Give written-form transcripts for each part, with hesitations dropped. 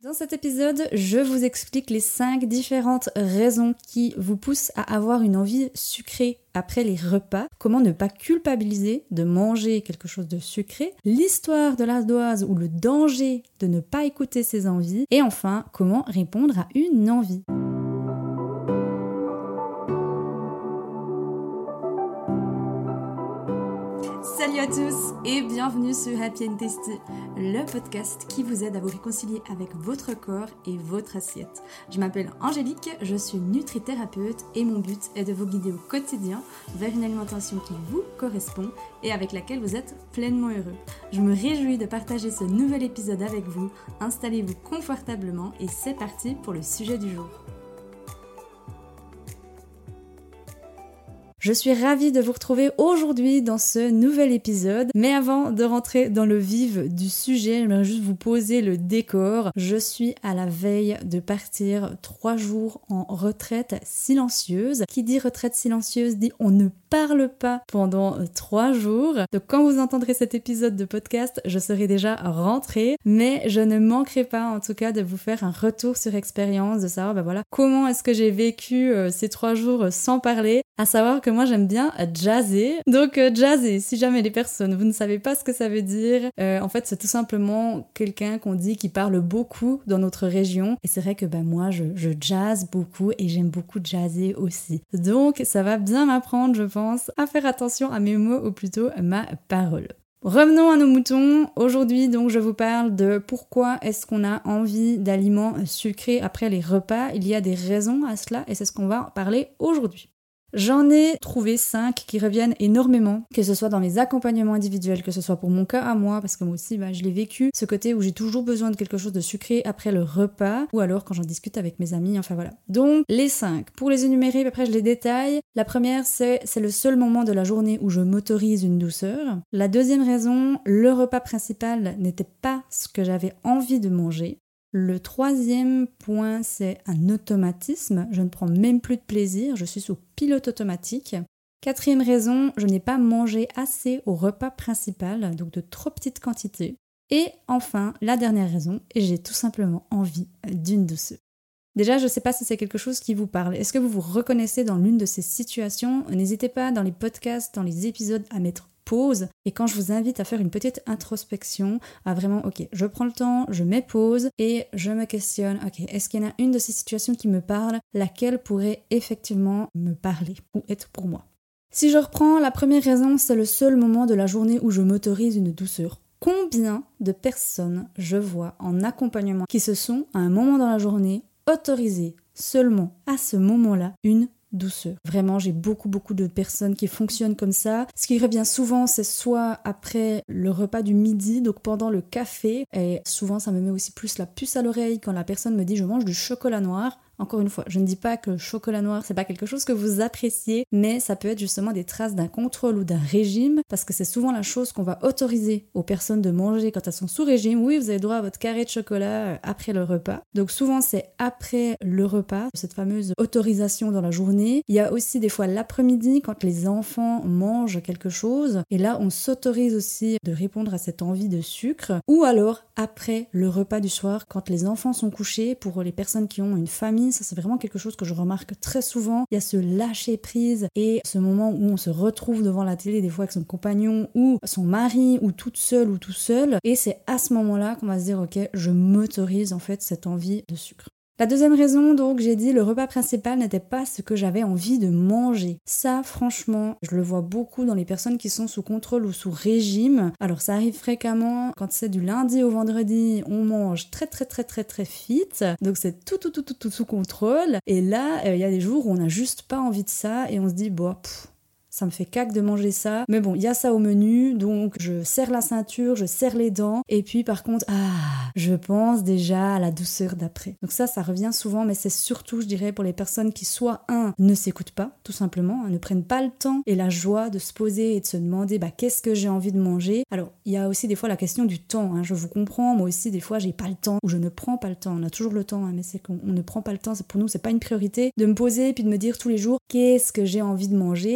Dans cet épisode, je vous explique les 5 différentes raisons qui vous poussent à avoir une envie sucrée après les repas, comment ne pas culpabiliser de manger quelque chose de sucré, l'histoire de l'ardoise ou le danger de ne pas écouter ses envies, et enfin, comment répondre à une envie. Salut à tous et bienvenue sur Happy and Tasty, le podcast qui vous aide à vous réconcilier avec votre corps et votre assiette. Je m'appelle Angélique, je suis nutrithérapeute et mon but est de vous guider au quotidien vers une alimentation qui vous correspond et avec laquelle vous êtes pleinement heureux. Je me réjouis de partager ce nouvel épisode avec vous, installez-vous confortablement et c'est parti pour le sujet du jour. Je suis ravie de vous retrouver aujourd'hui dans ce nouvel épisode. Mais avant de rentrer dans le vif du sujet, j'aimerais juste vous poser le décor. Je suis à la veille de partir 3 jours en retraite silencieuse. Qui dit retraite silencieuse dit on ne parle pas pendant 3 jours. Donc quand vous entendrez cet épisode de podcast, je serai déjà rentrée. Mais je ne manquerai pas en tout cas de vous faire un retour sur expérience, de savoir comment est-ce que j'ai vécu ces 3 jours sans parler. À savoir que moi j'aime bien jazzer. Donc jazzer, si jamais les personnes, vous ne savez pas ce que ça veut dire, en fait c'est tout simplement quelqu'un qu'on dit qui parle beaucoup dans notre région. Et c'est vrai que moi je jazz beaucoup et j'aime beaucoup jazzer aussi. Donc ça va bien m'apprendre, je pense, à faire attention à mes mots ou plutôt à ma parole. Revenons à nos moutons. Aujourd'hui, donc, je vous parle de pourquoi est-ce qu'on a envie d'aliments sucrés après les repas. Il y a des raisons à cela et c'est ce qu'on va parler aujourd'hui. J'en ai trouvé 5 qui reviennent énormément, que ce soit dans les accompagnements individuels, que ce soit pour mon cas à moi, parce que moi aussi je l'ai vécu, ce côté où j'ai toujours besoin de quelque chose de sucré après le repas, ou alors quand j'en discute avec mes amis, enfin voilà. Donc les 5, pour les énumérer, après je les détaille. La première, c'est le seul moment de la journée où je m'autorise une douceur. La deuxième raison, le repas principal n'était pas ce que j'avais envie de manger. Le troisième point, c'est un automatisme. Je ne prends même plus de plaisir, je suis sous pilote automatique. Quatrième raison, je n'ai pas mangé assez au repas principal, donc de trop petites quantités. Et enfin, la dernière raison, j'ai tout simplement envie d'une douceur. Déjà, je ne sais pas si c'est quelque chose qui vous parle. Est-ce que vous vous reconnaissez dans l'une de ces situations ? N'hésitez pas dans les podcasts, dans les épisodes à mettre pause, et quand je vous invite à faire une petite introspection, à vraiment, je prends le temps, je mets pause et je me questionne, est-ce qu'il y en a une de ces situations qui me parle, laquelle pourrait effectivement me parler ou être pour moi. Si je reprends, la première raison, c'est le seul moment de la journée où je m'autorise une douceur. Combien de personnes je vois en accompagnement qui se sont, à un moment dans la journée, autorisées seulement à ce moment-là une douceur. Vraiment, j'ai beaucoup de personnes qui fonctionnent comme ça. Ce qui revient souvent, c'est soit après le repas du midi, donc pendant le café, et souvent ça me met aussi plus la puce à l'oreille quand la personne me dit je mange du chocolat noir. Encore une fois, je ne dis pas que le chocolat noir, c'est pas quelque chose que vous appréciez, mais ça peut être justement des traces d'un contrôle ou d'un régime, parce que c'est souvent la chose qu'on va autoriser aux personnes de manger quand elles sont sous régime. Oui, vous avez droit à votre carré de chocolat après le repas. Donc souvent, c'est après le repas, cette fameuse autorisation dans la journée. Il y a aussi des fois l'après-midi, quand les enfants mangent quelque chose, et là, on s'autorise aussi de répondre à cette envie de sucre. Ou alors, après le repas du soir, quand les enfants sont couchés, pour les personnes qui ont une famille, ça c'est vraiment quelque chose que je remarque très souvent. Il y a ce lâcher prise et ce moment où on se retrouve devant la télé des fois avec son compagnon ou son mari ou toute seule ou tout seul, et c'est à ce moment-là qu'on va se dire je m'autorise en fait cette envie de sucre. La deuxième raison, donc, j'ai dit le repas principal n'était pas ce que j'avais envie de manger. Ça, franchement, je le vois beaucoup dans les personnes qui sont sous contrôle ou sous régime. Alors, ça arrive fréquemment quand c'est du lundi au vendredi, on mange très fit. Donc, c'est tout sous contrôle. Et là, il y a des jours où on n'a juste pas envie de ça et on se dit, ça me fait cac de manger ça. Mais bon, il y a ça au menu, donc je serre la ceinture, je serre les dents. Et puis par contre, je pense déjà à la douceur d'après. Donc ça revient souvent, mais c'est surtout, je dirais, pour les personnes qui soit, ne s'écoutent pas, tout simplement, ne prennent pas le temps et la joie de se poser et de se demander, qu'est-ce que j'ai envie de manger. Alors, il y a aussi des fois la question du temps, je vous comprends, moi aussi, des fois, j'ai pas le temps, ou je ne prends pas le temps. On a toujours le temps, mais c'est qu'on ne prend pas le temps, pour nous, c'est pas une priorité de me poser et puis de me dire tous les jours, qu'est-ce que j'ai envie de manger. Il y a des fois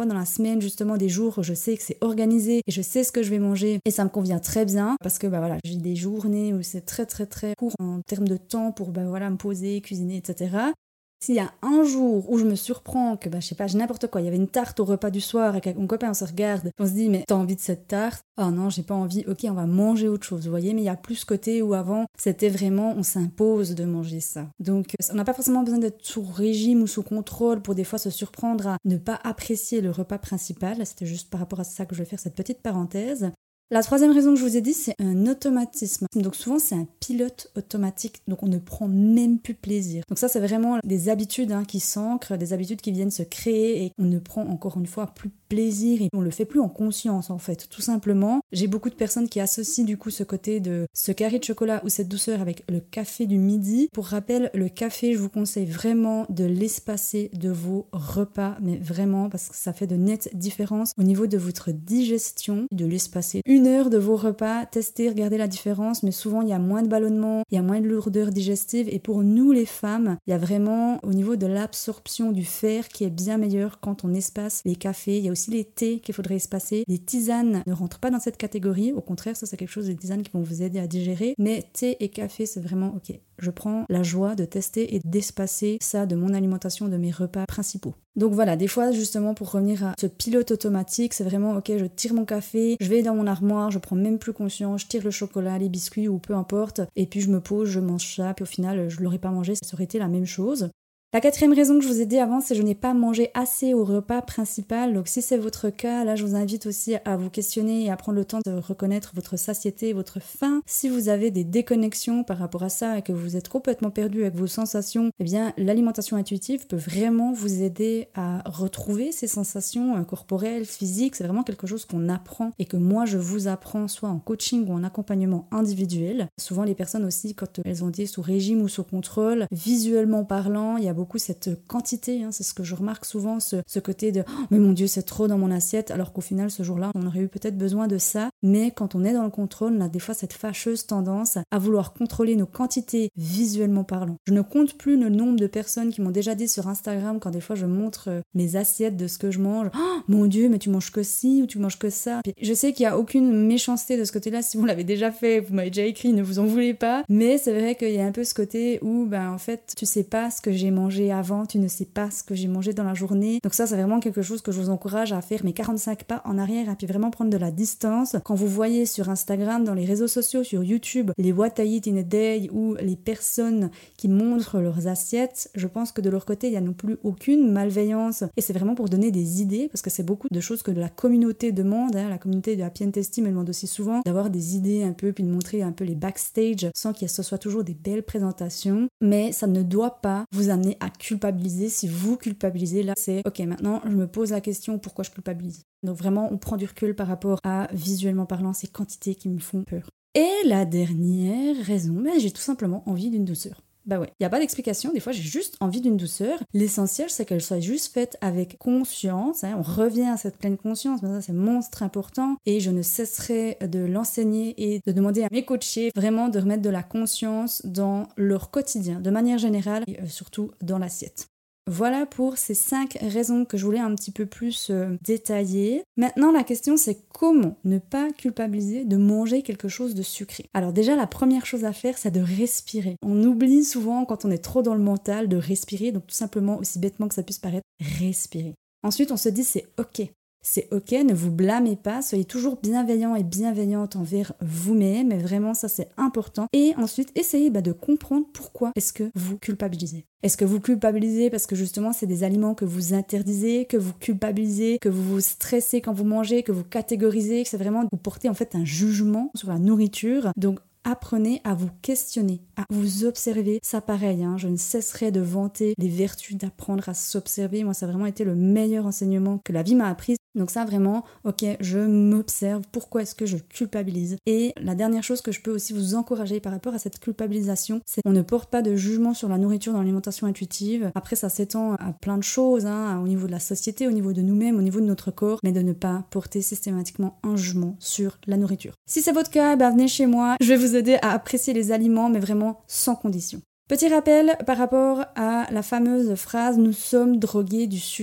parfois dans la semaine justement des jours où je sais que c'est organisé et je sais ce que je vais manger et ça me convient très bien parce que voilà, j'ai des journées où c'est très très très court en termes de temps pour me poser, cuisiner, etc. S'il y a un jour où je me surprends que, je sais pas, j'ai n'importe quoi, il y avait une tarte au repas du soir et avec mon copain on se regarde, on se dit mais t'as envie de cette tarte? Oh non, j'ai pas envie, ok, on va manger autre chose, vous voyez, mais il y a plus ce côté où avant c'était vraiment on s'impose de manger ça. Donc on n'a pas forcément besoin d'être sous régime ou sous contrôle pour des fois se surprendre à ne pas apprécier le repas principal, c'était juste par rapport à ça que je vais faire cette petite parenthèse. La troisième raison que je vous ai dit, c'est un automatisme. Donc souvent, c'est un pilote automatique, donc on ne prend même plus plaisir. Donc ça, c'est vraiment des habitudes qui s'ancrent, des habitudes qui viennent se créer et on ne prend encore une fois plus plaisir et on le fait plus en conscience en fait, tout simplement. J'ai beaucoup de personnes qui associent du coup ce côté de ce carré de chocolat ou cette douceur avec le café du midi. Pour rappel, le café, je vous conseille vraiment de l'espacer de vos repas, mais vraiment parce que ça fait de nettes différences au niveau de votre digestion, de l'espacer 1 heure de vos repas, testez, regardez la différence, mais souvent il y a moins de ballonnement, il y a moins de lourdeur digestive et pour nous les femmes, il y a vraiment au niveau de l'absorption du fer qui est bien meilleur quand on espace les cafés. Il y a aussi les thés qu'il faudrait espacer. Les tisanes ne rentrent pas dans cette catégorie, au contraire ça c'est quelque chose, des tisanes qui vont vous aider à digérer, mais thé et café c'est vraiment ok. Je prends la joie de tester et d'espacer ça de mon alimentation, de mes repas principaux. Donc voilà, des fois justement pour revenir à ce pilote automatique, c'est vraiment ok, je tire mon café, je vais dans mon armoire, je prends même plus conscience, je tire le chocolat, les biscuits ou peu importe, et puis je me pose, je mange ça, puis au final je l'aurais pas mangé, ça aurait été la même chose. La quatrième raison que je vous ai dit avant, c'est que je n'ai pas mangé assez au repas principal. Donc si c'est votre cas, là je vous invite aussi à vous questionner et à prendre le temps de reconnaître votre satiété, votre faim. Si vous avez des déconnexions par rapport à ça et que vous êtes complètement perdu avec vos sensations, eh bien l'alimentation intuitive peut vraiment vous aider à retrouver ces sensations corporelles, physiques. C'est vraiment quelque chose qu'on apprend et que moi je vous apprends soit en coaching ou en accompagnement individuel. Souvent les personnes aussi, quand elles ont été sous régime ou sous contrôle, visuellement parlant, il y a beaucoup cette quantité, c'est ce que je remarque souvent, ce côté de oh, mais mon Dieu c'est trop dans mon assiette, alors qu'au final ce jour-là on aurait eu peut-être besoin de ça, mais quand on est dans le contrôle, on a des fois cette fâcheuse tendance à vouloir contrôler nos quantités visuellement parlant. Je ne compte plus le nombre de personnes qui m'ont déjà dit sur Instagram quand des fois je montre mes assiettes de ce que je mange, oh mon Dieu mais tu manges que ci ou tu manges que ça. Puis, je sais qu'il n'y a aucune méchanceté de ce côté-là, si vous l'avez déjà fait, vous m'avez déjà écrit, ne vous en voulez pas, mais c'est vrai qu'il y a un peu ce côté où en fait tu sais pas ce que j'ai mangé avant, tu ne sais pas ce que j'ai mangé dans la journée. Donc ça c'est vraiment quelque chose que je vous encourage à faire mes 45 pas en arrière et puis vraiment prendre de la distance. Quand vous voyez sur Instagram, dans les réseaux sociaux, sur YouTube, les what I eat in a day ou les personnes qui montrent leurs assiettes, je pense que de leur côté il n'y a non plus aucune malveillance et c'est vraiment pour donner des idées parce que c'est beaucoup de choses que la communauté demande, la communauté de Happy & Tasty me demande aussi souvent d'avoir des idées un peu puis de montrer un peu les backstage sans que ce soit toujours des belles présentations, mais ça ne doit pas vous amener à culpabiliser. Si vous culpabilisez, là c'est ok, maintenant je me pose la question pourquoi je culpabilise. Donc vraiment on prend du recul par rapport à visuellement parlant ces quantités qui me font peur. Et la dernière raison, j'ai tout simplement envie d'une douceur. Bah ouais, il n'y a pas d'explication, des fois j'ai juste envie d'une douceur. L'essentiel c'est qu'elle soit juste faite avec conscience, on revient à cette pleine conscience, mais ça c'est monstre important et je ne cesserai de l'enseigner et de demander à mes coachés vraiment de remettre de la conscience dans leur quotidien, de manière générale et surtout dans l'assiette. Voilà pour ces 5 raisons que je voulais un petit peu plus détailler. Maintenant, la question c'est comment ne pas culpabiliser de manger quelque chose de sucré. Alors déjà, la première chose à faire, c'est de respirer. On oublie souvent quand on est trop dans le mental de respirer, donc tout simplement, aussi bêtement que ça puisse paraître, respirer. Ensuite, on se dit c'est ok. C'est ok, ne vous blâmez pas, soyez toujours bienveillant et bienveillante envers vous-même, mais vraiment ça c'est important. Et ensuite, essayez de comprendre pourquoi est-ce que vous culpabilisez. Est-ce que vous culpabilisez parce que justement c'est des aliments que vous interdisez, que vous culpabilisez, que vous vous stressez quand vous mangez, que vous catégorisez, que c'est vraiment vous portez en fait un jugement sur la nourriture. Donc apprenez à vous questionner, à vous observer. Ça pareil, je ne cesserai de vanter les vertus d'apprendre à s'observer. Moi, ça a vraiment été le meilleur enseignement que la vie m'a appris. Donc ça vraiment, ok, je m'observe, pourquoi est-ce que je culpabilise? Et la dernière chose que je peux aussi vous encourager par rapport à cette culpabilisation, c'est qu'on ne porte pas de jugement sur la nourriture dans l'alimentation intuitive. Après ça s'étend à plein de choses, au niveau de la société, au niveau de nous-mêmes, au niveau de notre corps, mais de ne pas porter systématiquement un jugement sur la nourriture. Si c'est votre cas, venez chez moi, je vais vous aider à apprécier les aliments, mais vraiment sans condition. Petit rappel par rapport à la fameuse phrase « Nous sommes drogués du sucre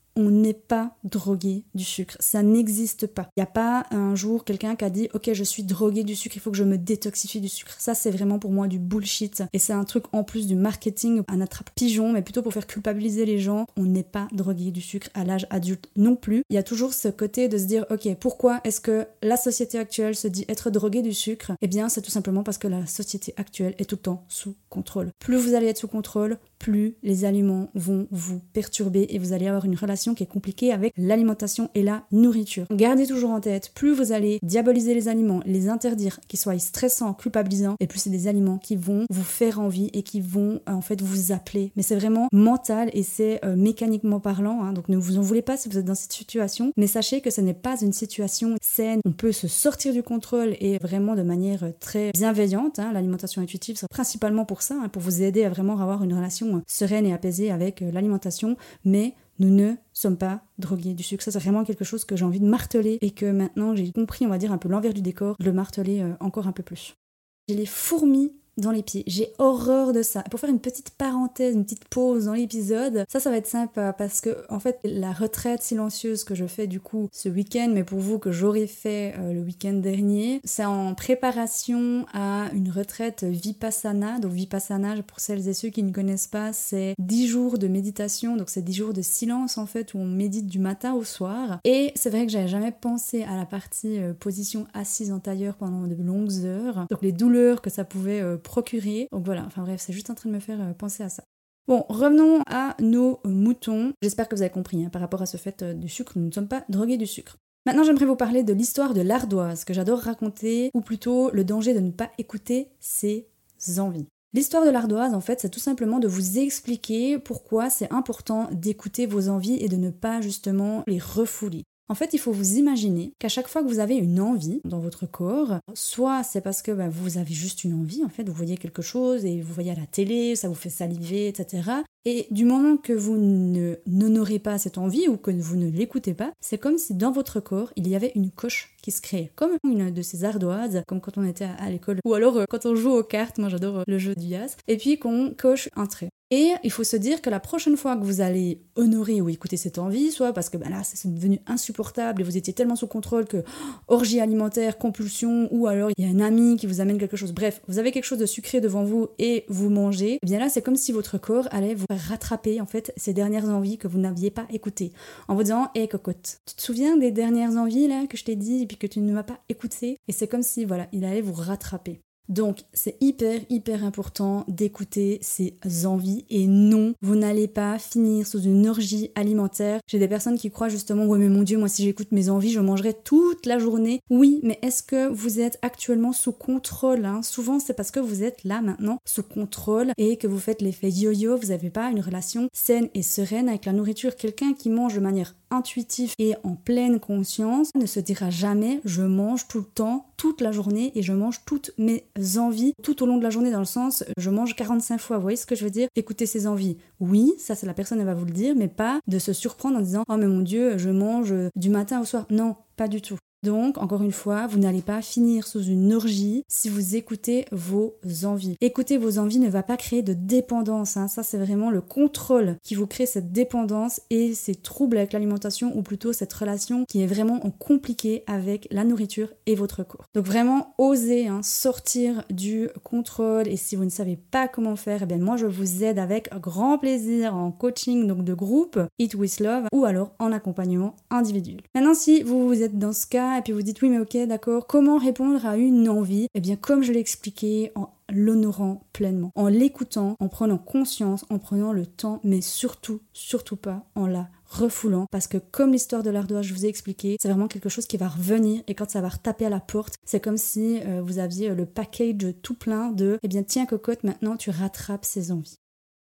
On n'est pas drogué du sucre, ça n'existe pas. Il n'y a pas un jour quelqu'un qui a dit « Ok, je suis drogué du sucre, il faut que je me détoxifie du sucre ». Ça, c'est vraiment pour moi du bullshit. Et c'est un truc en plus du marketing, un attrape-pigeon, mais plutôt pour faire culpabiliser les gens. On n'est pas drogué du sucre à l'âge adulte non plus. Il y a toujours ce côté de se dire « Ok, pourquoi est-ce que la société actuelle se dit être drogué du sucre ?» Eh bien, c'est tout simplement parce que la société actuelle est tout le temps sous contrôle. Plus vous allez être sous contrôle, plus les aliments vont vous perturber et vous allez avoir une relation qui est compliquée avec l'alimentation et la nourriture. Gardez toujours en tête, plus vous allez diaboliser les aliments, les interdire, qu'ils soient stressants, culpabilisants, et plus c'est des aliments qui vont vous faire envie et qui vont en fait vous appeler. Mais c'est vraiment mental et c'est mécaniquement parlant, hein, donc ne vous en voulez pas si vous êtes dans cette situation, mais sachez que ce n'est pas une situation saine. On peut se sortir du contrôle et vraiment de manière très bienveillante, hein. L'alimentation intuitive, c'est principalement pour ça, hein, pour vous aider à vraiment avoir une relation sereine et apaisée avec l'alimentation, mais nous ne sommes pas drogués du sucre. Ça, c'est vraiment quelque chose que j'ai envie de marteler et que maintenant j'ai compris, on va dire, un peu l'envers du décor, de le marteler encore un peu plus. J'ai les fourmis dans les pieds. J'ai horreur de ça. Pour faire une petite parenthèse, une petite pause dans l'épisode, ça va être sympa parce que en fait la retraite silencieuse que je fais du coup ce week-end, mais pour vous que j'aurais fait le week-end dernier, c'est en préparation à une retraite Vipassana. Donc Vipassana, pour celles et ceux qui ne connaissent pas, c'est 10 jours de méditation, donc c'est 10 jours de silence en fait où on médite du matin au soir. Et c'est vrai que j'avais jamais pensé à la partie position assise en tailleur pendant de longues heures, donc les douleurs que ça pouvait procurer. Donc voilà, enfin bref, c'est juste en train de me faire penser à ça. Bon, revenons à nos moutons. J'espère que vous avez compris, hein, par rapport à ce fait du sucre, nous ne sommes pas drogués du sucre. Maintenant, j'aimerais vous parler de l'histoire de l'ardoise, que j'adore raconter, ou plutôt le danger de ne pas écouter ses envies. L'histoire de l'ardoise, en fait, c'est tout simplement de vous expliquer pourquoi c'est important d'écouter vos envies et de ne pas justement les refouler. En fait, il faut vous imaginer qu'à chaque fois que vous avez une envie dans votre corps, soit c'est parce que vous avez juste une envie, en fait, vous voyez quelque chose et vous voyez à la télé, ça vous fait saliver, etc. Et du moment que vous n'honorez pas cette envie ou que vous ne l'écoutez pas, c'est comme si dans votre corps, il y avait une coche qui se créait, comme une de ces ardoises, comme quand on était à l'école, ou alors quand on joue aux cartes, moi j'adore le jeu du Yas, et puis qu'on coche un trait. Et il faut se dire que la prochaine fois que vous allez honorer ou écouter cette envie, soit parce que là c'est devenu insupportable et vous étiez tellement sous contrôle que orgie alimentaire, compulsion, ou alors il y a un ami qui vous amène quelque chose, bref, vous avez quelque chose de sucré devant vous et vous mangez, et bien là c'est comme si votre corps allait vous rattraper en fait ces dernières envies que vous n'aviez pas écoutées, en vous disant « Hé cocotte, tu te souviens des dernières envies là que je t'ai dit et puis que tu ne m'as pas écouté ?» Et c'est comme si voilà, il allait vous rattraper. Donc c'est hyper important d'écouter ces envies et non, vous n'allez pas finir sous une orgie alimentaire. J'ai des personnes qui croient justement « Ouais mais mon Dieu, moi si j'écoute mes envies, je mangerai toute la journée ». Oui, mais est-ce que vous êtes actuellement sous contrôle, hein? Souvent c'est parce que vous êtes là maintenant sous contrôle et que vous faites l'effet yo-yo, vous n'avez pas une relation saine et sereine avec la nourriture. Quelqu'un qui mange de manière intuitive et en pleine conscience ne se dira jamais « Je mange tout le temps, toute la journée et je mange toutes mes envies tout au long de la journée » dans le sens je mange 45 fois, vous voyez ce que je veux dire? Écoutez ses envies. Oui, ça c'est la personne, elle va vous le dire, mais pas de se surprendre en disant « Oh mais mon Dieu, je mange du matin au soir ». Non, pas du tout. Donc, encore une fois, vous n'allez pas finir sous une orgie si vous écoutez vos envies. Écouter vos envies ne va pas créer de dépendance, hein. Ça, c'est vraiment le contrôle qui vous crée cette dépendance et ces troubles avec l'alimentation, ou plutôt cette relation qui est vraiment compliquée avec la nourriture et votre corps. Donc vraiment, osez sortir du contrôle, et si vous ne savez pas comment faire, eh bien moi je vous aide avec grand plaisir en coaching donc de groupe, Eat with Love, ou alors en accompagnement individuel. Maintenant, si vous êtes dans ce cas et puis vous dites oui mais ok d'accord, comment répondre à une envie? Eh bien comme je l'ai expliqué, en l'honorant pleinement, en l'écoutant, en prenant conscience, en prenant le temps, mais surtout pas en la refoulant, parce que comme l'histoire de l'ardoise je vous ai expliqué, c'est vraiment quelque chose qui va revenir, et quand ça va retaper à la porte, c'est comme si vous aviez le package tout plein de eh bien tiens cocotte, maintenant tu rattrapes ces envies.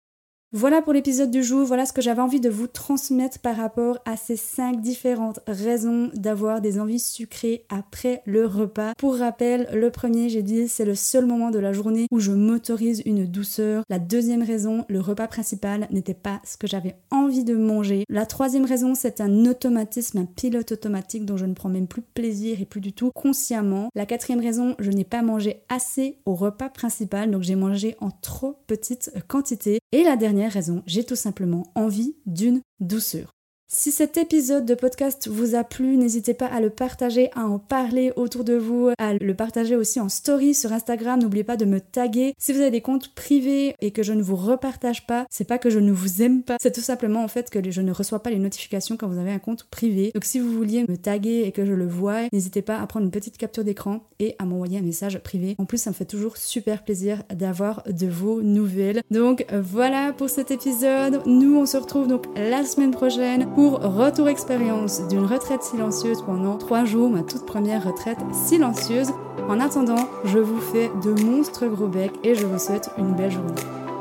Voilà pour l'épisode du jour, voilà ce que j'avais envie de vous transmettre par rapport à ces 5 différentes raisons d'avoir des envies sucrées après le repas. Pour rappel, le premier, j'ai dit, c'est le seul moment de la journée où je m'autorise une douceur. La deuxième raison, le repas principal n'était pas ce que j'avais envie de manger. La troisième raison, c'est un automatisme, un pilote automatique dont je ne prends même plus plaisir et plus du tout consciemment. La quatrième raison, je n'ai pas mangé assez au repas principal, donc j'ai mangé en trop petite quantité. Et la dernière raison, j'ai tout simplement envie d'une douceur. Si cet épisode de podcast vous a plu, n'hésitez pas à le partager, à en parler autour de vous, à le partager aussi en story sur Instagram. N'oubliez pas de me taguer. Si vous avez des comptes privés et que je ne vous repartage pas, c'est pas que je ne vous aime pas, c'est tout simplement en fait que je ne reçois pas les notifications quand vous avez un compte privé. Donc si vous vouliez me taguer et que je le vois, n'hésitez pas à prendre une petite capture d'écran et à m'envoyer un message privé. En plus, ça me fait toujours super plaisir d'avoir de vos nouvelles. Donc voilà pour cet épisode. Nous, on se retrouve donc la semaine prochaine pour retour expérience d'une retraite silencieuse pendant 3 jours, ma toute première retraite silencieuse. En attendant, je vous fais de monstres gros becs et je vous souhaite une belle journée.